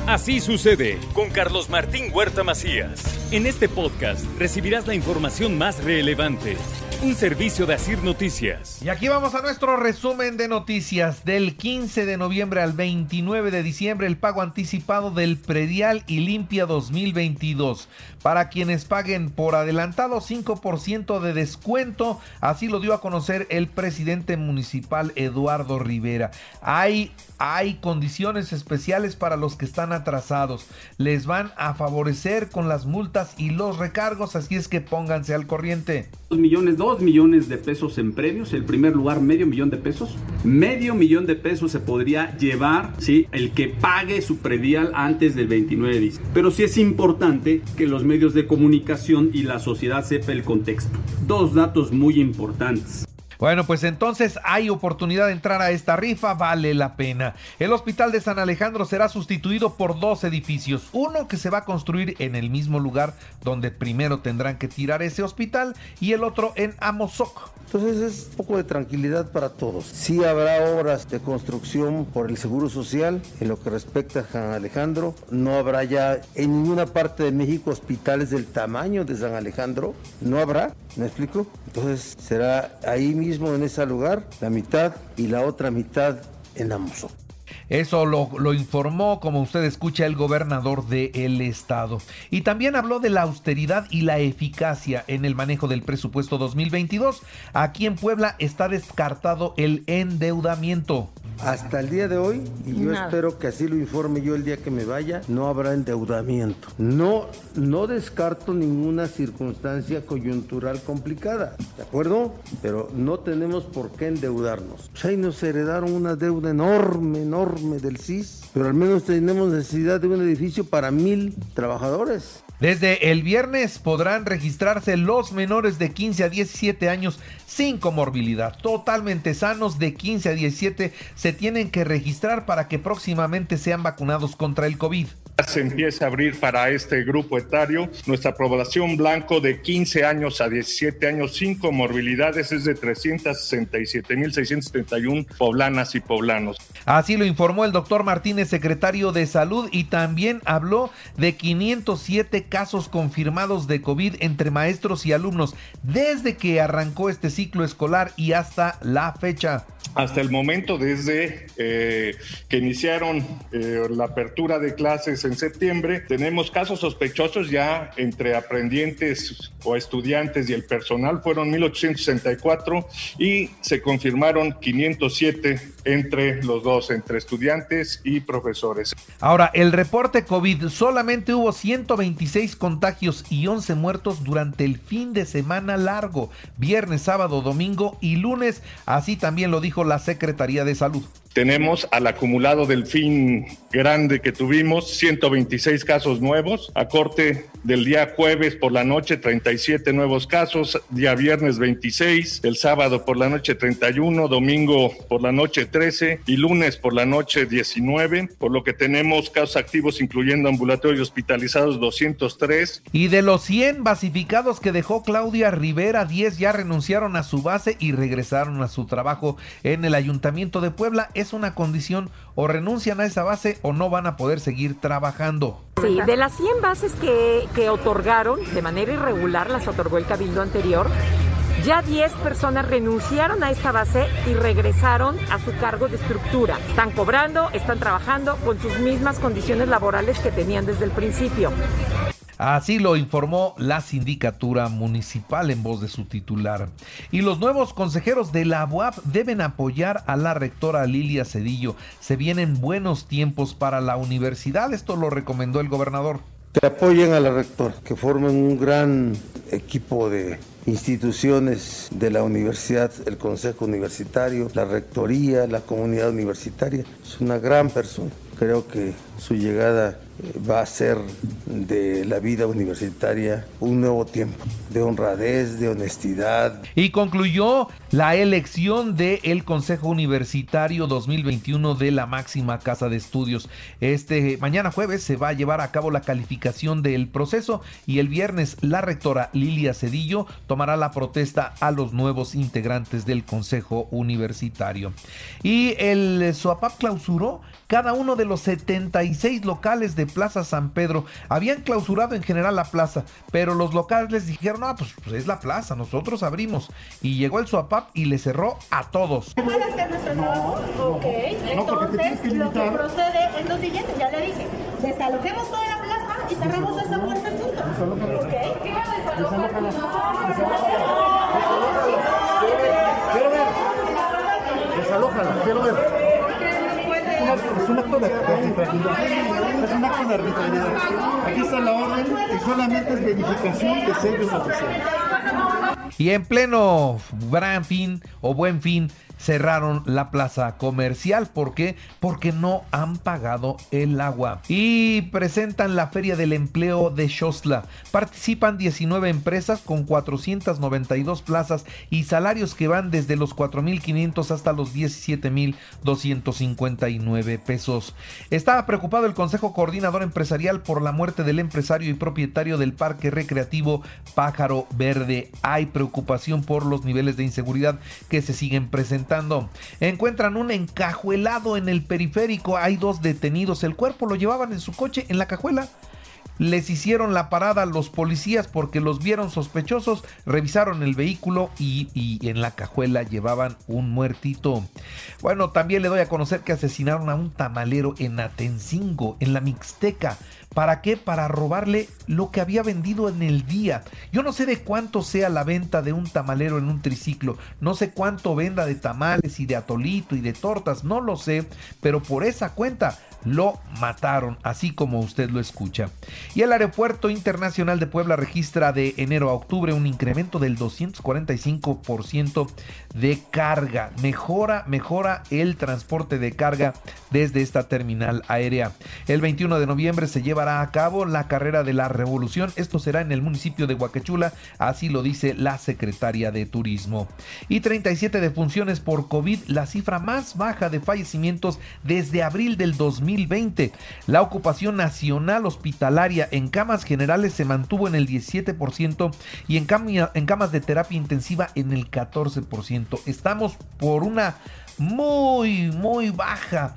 Así sucede con Carlos Martín Huerta Macías. En este podcast recibirás la información más relevante. Un servicio de Asir Noticias. Y aquí vamos a nuestro resumen de noticias. Del 15 de noviembre al 29 de diciembre, el pago anticipado del Predial y Limpia 2022. Para quienes paguen por adelantado, 5% de descuento. Así lo dio a conocer el presidente municipal Eduardo Rivera. Hay condiciones especiales para los que están atrasados. Les van a favorecer con las multas y los recargos, así es que pónganse al corriente. 2 millones de pesos en premios. El primer lugar, $500,000 de pesos. $500,000 de pesos se podría llevar, ¿sí?, el que pague su predial antes del 29 de diciembre. Pero sí es importante que los medios de comunicación y la sociedad sepa el contexto. 2 datos muy importantes. Bueno, pues entonces hay oportunidad de entrar a esta rifa, vale la pena. El Hospital de San Alejandro será sustituido por 2 edificios. Uno que se va a construir en el mismo lugar donde primero tendrán que tirar ese hospital y el otro en Amozoc. Entonces es un poco de tranquilidad para todos. Sí habrá obras de construcción por el Seguro Social en lo que respecta a San Alejandro. No habrá ya en ninguna parte de México hospitales del tamaño de San Alejandro. No habrá, ¿me explico? Entonces será ahí mismo en ese lugar la mitad y la otra mitad en Amozoc. Eso lo informó, como usted escucha, el gobernador del estado. Y también habló de la austeridad y la eficacia en el manejo del presupuesto 2022. Aquí en Puebla está descartado el endeudamiento. Hasta el día de hoy, y yo espero que así lo informe yo el día que me vaya, no habrá endeudamiento. No descarto ninguna circunstancia coyuntural complicada, ¿de acuerdo? Pero no tenemos por qué endeudarnos. Pues ahí nos heredaron una deuda enorme del CIS, pero al menos tenemos necesidad de un edificio para 1,000 trabajadores. Desde el viernes podrán registrarse los menores de 15 a 17 años sin comorbilidad, totalmente sanos. De 15 a 17 se tienen que registrar para que próximamente sean vacunados contra el COVID. Se empieza a abrir para este grupo etario. Nuestra población blanco de 15 años a 17 años sin comorbilidades es de 367,631 poblanas y poblanos. Así lo informó el doctor Martínez, secretario de Salud, y también habló de 507 casos confirmados de COVID entre maestros y alumnos desde que arrancó este ciclo escolar y hasta la fecha. Hasta el momento, desde que iniciaron la apertura de clases en septiembre, tenemos casos sospechosos ya entre aprendientes o estudiantes y el personal. Fueron 1,864 y se confirmaron 507 entre los dos, entre estudiantes y profesores. Ahora, el reporte COVID: solamente hubo 126 contagios y 11 muertos durante el fin de semana largo, viernes, sábado, domingo y lunes. Así también lo dijo la Secretaría de Salud. Tenemos al acumulado del fin grande que tuvimos, 126 casos nuevos. A corte del día jueves por la noche, 37 nuevos casos. Día viernes, 26. El sábado por la noche, 31. Domingo por la noche, 13. Y lunes por la noche, 19. Por lo que tenemos casos activos, incluyendo ambulatorios hospitalizados, 203. Y de los 100 basificados que dejó Claudia Rivera, 10 ya renunciaron a su base y regresaron a su trabajo en el Ayuntamiento de Puebla. Es una condición: o renuncian a esa base o no van a poder seguir trabajando. Sí, de las 100 bases que otorgaron de manera irregular, las otorgó el cabildo anterior, ya 10 personas renunciaron a esta base y regresaron a su cargo de estructura. Están cobrando, están trabajando con sus mismas condiciones laborales que tenían desde el principio. Así lo informó la sindicatura municipal en voz de su titular. Y los nuevos consejeros de la UAP deben apoyar a la rectora Lilia Cedillo. Se vienen buenos tiempos para la universidad, esto lo recomendó el gobernador. Que apoyen a la rectora, que formen un gran equipo de instituciones de la universidad, el consejo universitario, la rectoría, la comunidad universitaria. Es una gran persona. Creo que su llegada va a ser de la vida universitaria un nuevo tiempo de honradez, de honestidad. Y concluyó la elección del Consejo Universitario 2021 de la máxima casa de estudios. Mañana jueves se va a llevar a cabo la calificación del proceso y el viernes la rectora Lilia Cedillo tomará la protesta a los nuevos integrantes del Consejo Universitario. Y el SUAPAP clausuró cada uno de los 76 locales de Plaza San Pedro. Habían clausurado en general la plaza, pero los locales les dijeron, no, pues es la plaza, nosotros abrimos. Y llegó el SUAPAP y le cerró a todos. ¿Van a hacer nuestro trabajo? Ok, entonces lo que procede es lo siguiente, ya le dije, desalojemos toda la plaza y cerramos esta puerta en punto. Ok. Desalójala, quiero ver. Es un acto de arbitrariedad. Es un acto de arbitrariedad. Aquí está la orden y solamente es verificación de sellos oficiales. Y en pleno gran fin o buen fin cerraron la plaza comercial. ¿Por qué? Porque no han pagado el agua. Y presentan la Feria del Empleo de Xostla. Participan 19 empresas con 492 plazas y salarios que van desde los 4,500 hasta los 17,259 pesos. Estaba preocupado el Consejo Coordinador Empresarial por la muerte del empresario y propietario del Parque Recreativo Pájaro Verde. Hay preocupación por los niveles de inseguridad que se siguen presentando. Encuentran un encajuelado en el periférico. Hay 2 detenidos. El cuerpo lo llevaban en su coche en la cajuela. Les hicieron la parada los policías porque los vieron sospechosos, revisaron el vehículo y en la cajuela llevaban un muertito. Bueno, también le doy a conocer que asesinaron a un tamalero en Atencingo, en la Mixteca. ¿Para qué? Para robarle lo que había vendido en el día. Yo no sé de cuánto sea la venta de un tamalero en un triciclo. No sé cuánto venda de tamales y de atolito y de tortas. No lo sé, pero por esa cuenta lo mataron, así como usted lo escucha. Y el Aeropuerto Internacional de Puebla registra de enero a octubre un incremento del 245% de carga. Mejora el transporte de carga desde esta terminal aérea. El 21 de noviembre se llevará a cabo la Carrera de la Revolución. Esto será en el municipio de Huacachula, así lo dice la secretaria de Turismo. Y 37 defunciones por COVID, la cifra más baja de fallecimientos desde abril del 2020. La ocupación nacional hospitalaria en camas generales se mantuvo en el 17% y en camas de terapia intensiva en el 14%. Estamos por una muy baja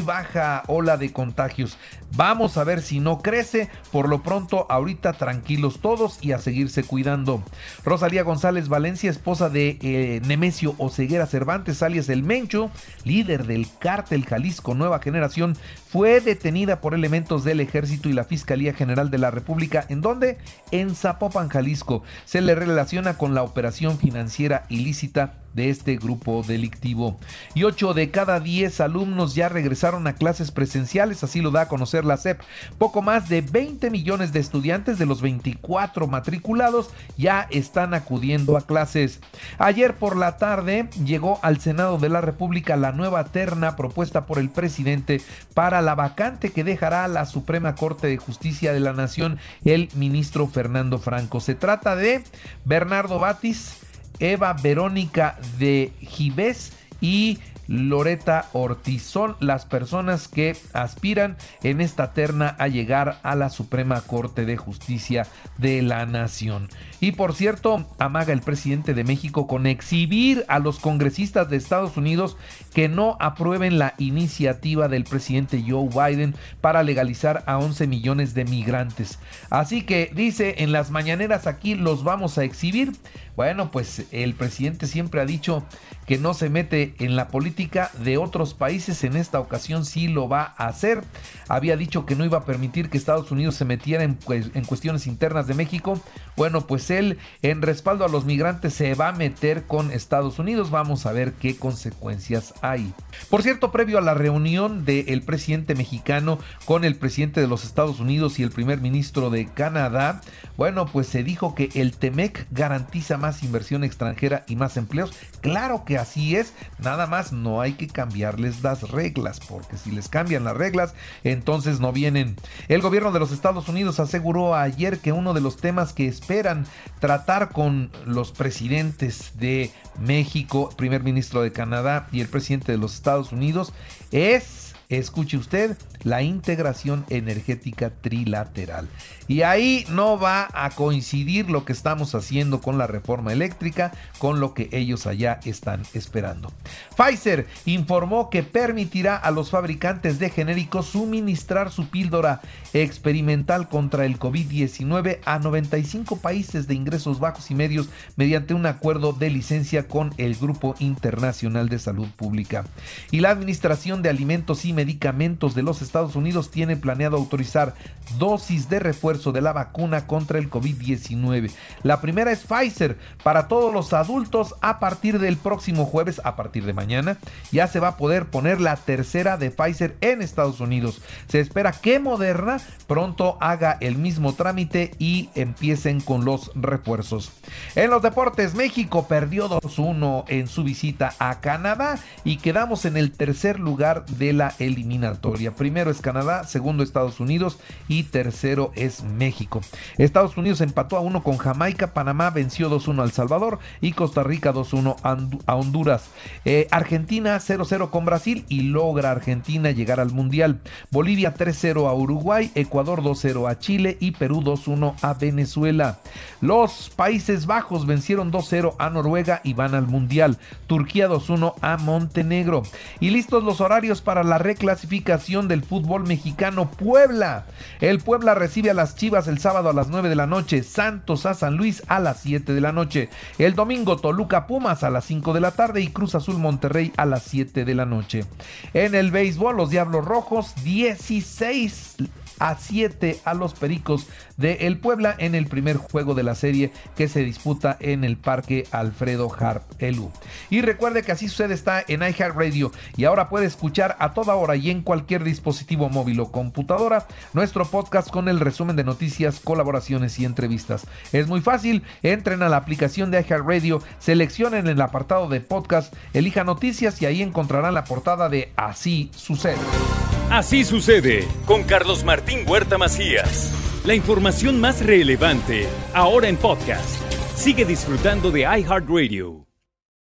ola de contagios. Vamos a ver si no crece. Por lo pronto, ahorita tranquilos todos y a seguirse cuidando. Rosalía González Valencia, esposa de Nemesio Oseguera Cervantes, alias El Mencho, líder del cártel Jalisco Nueva Generación, fue detenida por elementos del Ejército y la Fiscalía General de la República. ¿En dónde? En Zapopan, Jalisco. Se le relaciona con la operación financiera ilícita de este grupo delictivo. Y 8 de cada 10 alumnos ya regresaron a clases presenciales, así lo da a conocer la SEP. Poco más de 20 millones de estudiantes de los 24 matriculados ya están acudiendo a clases. Ayer por la tarde llegó al Senado de la República la nueva terna propuesta por el presidente para la vacante que dejará la Suprema Corte de Justicia de la Nación el ministro Fernando Franco. Se trata de Bernardo Batis, Eva Verónica de Gibés y Loreta Ortiz. Son las personas que aspiran en esta terna a llegar a la Suprema Corte de Justicia de la Nación. Y por cierto, amaga el presidente de México con exhibir a los congresistas de Estados Unidos que no aprueben la iniciativa del presidente Joe Biden para legalizar a 11 millones de migrantes. Así que dice, en las mañaneras aquí los vamos a exhibir. Bueno, pues el presidente siempre ha dicho que no se mete en la política de otros países. En esta ocasión sí lo va a hacer. Había dicho que no iba a permitir que Estados Unidos se metiera en cuestiones internas de México. Bueno, pues él, en respaldo a los migrantes, se va a meter con Estados Unidos. Vamos a ver qué consecuencias hay. Por cierto, previo a la reunión del presidente mexicano con el presidente de los Estados Unidos y el primer ministro de Canadá, bueno, pues se dijo que el TEMEC garantiza más más inversión extranjera y más empleos. Claro que así es, nada más no hay que cambiarles las reglas, porque si les cambian las reglas, entonces no vienen. El gobierno de los Estados Unidos aseguró ayer que uno de los temas que esperan tratar con los presidentes de México, primer ministro de Canadá y el presidente de los Estados Unidos es, escuche usted, la integración energética trilateral. Y ahí no va a coincidir lo que estamos haciendo con la reforma eléctrica con lo que ellos allá están esperando. Pfizer informó que permitirá a los fabricantes de genéricos suministrar su píldora experimental contra el COVID-19 a 95 países de ingresos bajos y medios mediante un acuerdo de licencia con el Grupo Internacional de Salud Pública. Y la Administración de Alimentos y Medicamentos de los Estados Unidos tiene planeado autorizar dosis de refuerzo de la vacuna contra el COVID-19. La primera es Pfizer para todos los adultos a partir del próximo jueves, a partir de mañana. Ya se va a poder poner la tercera de Pfizer en Estados Unidos. Se espera que Moderna pronto haga el mismo trámite y empiecen con los refuerzos. En los deportes, México perdió 2-1 en su visita a Canadá y quedamos en el tercer lugar de la eliminatoria. Primero es Canadá, segundo Estados Unidos y tercero es México. Estados Unidos empató a 1 con Jamaica, Panamá venció 2-1 a El Salvador y Costa Rica 2-1 a Honduras. Argentina 0-0 con Brasil y logra Argentina llegar al Mundial. Bolivia 3-0 a Uruguay, Ecuador 2-0 a Chile y Perú 2-1 a Venezuela. Los Países Bajos vencieron 2-0 a Noruega y van al Mundial. Turquía 2-1 a Montenegro. Y listos los horarios para la reclasificación del fútbol mexicano. Puebla. El Puebla recibe a las Chivas el sábado a las 9 de la noche. Santos a San Luis a las 7 de la noche. El domingo Toluca Pumas a las 5 de la tarde y Cruz Azul Monterrey a las 7 de la noche. En el béisbol, los Diablos Rojos 16-7 a los Pericos de el Puebla en el primer juego de la serie que se disputa en el Parque Alfredo Harp Elú. Y recuerde que Así Sucede está en iHeartRadio y ahora puede escuchar a toda hora y en cualquier dispositivo móvil o computadora nuestro podcast con el resumen de noticias, colaboraciones y entrevistas. Es muy fácil, entren a la aplicación de iHeartRadio, seleccionen el apartado de podcast, elijan noticias y ahí encontrarán la portada de Así Sucede. Así Sucede con Carlos Martín Huerta Macías. La información más relevante ahora en podcast. Sigue disfrutando de iHeartRadio.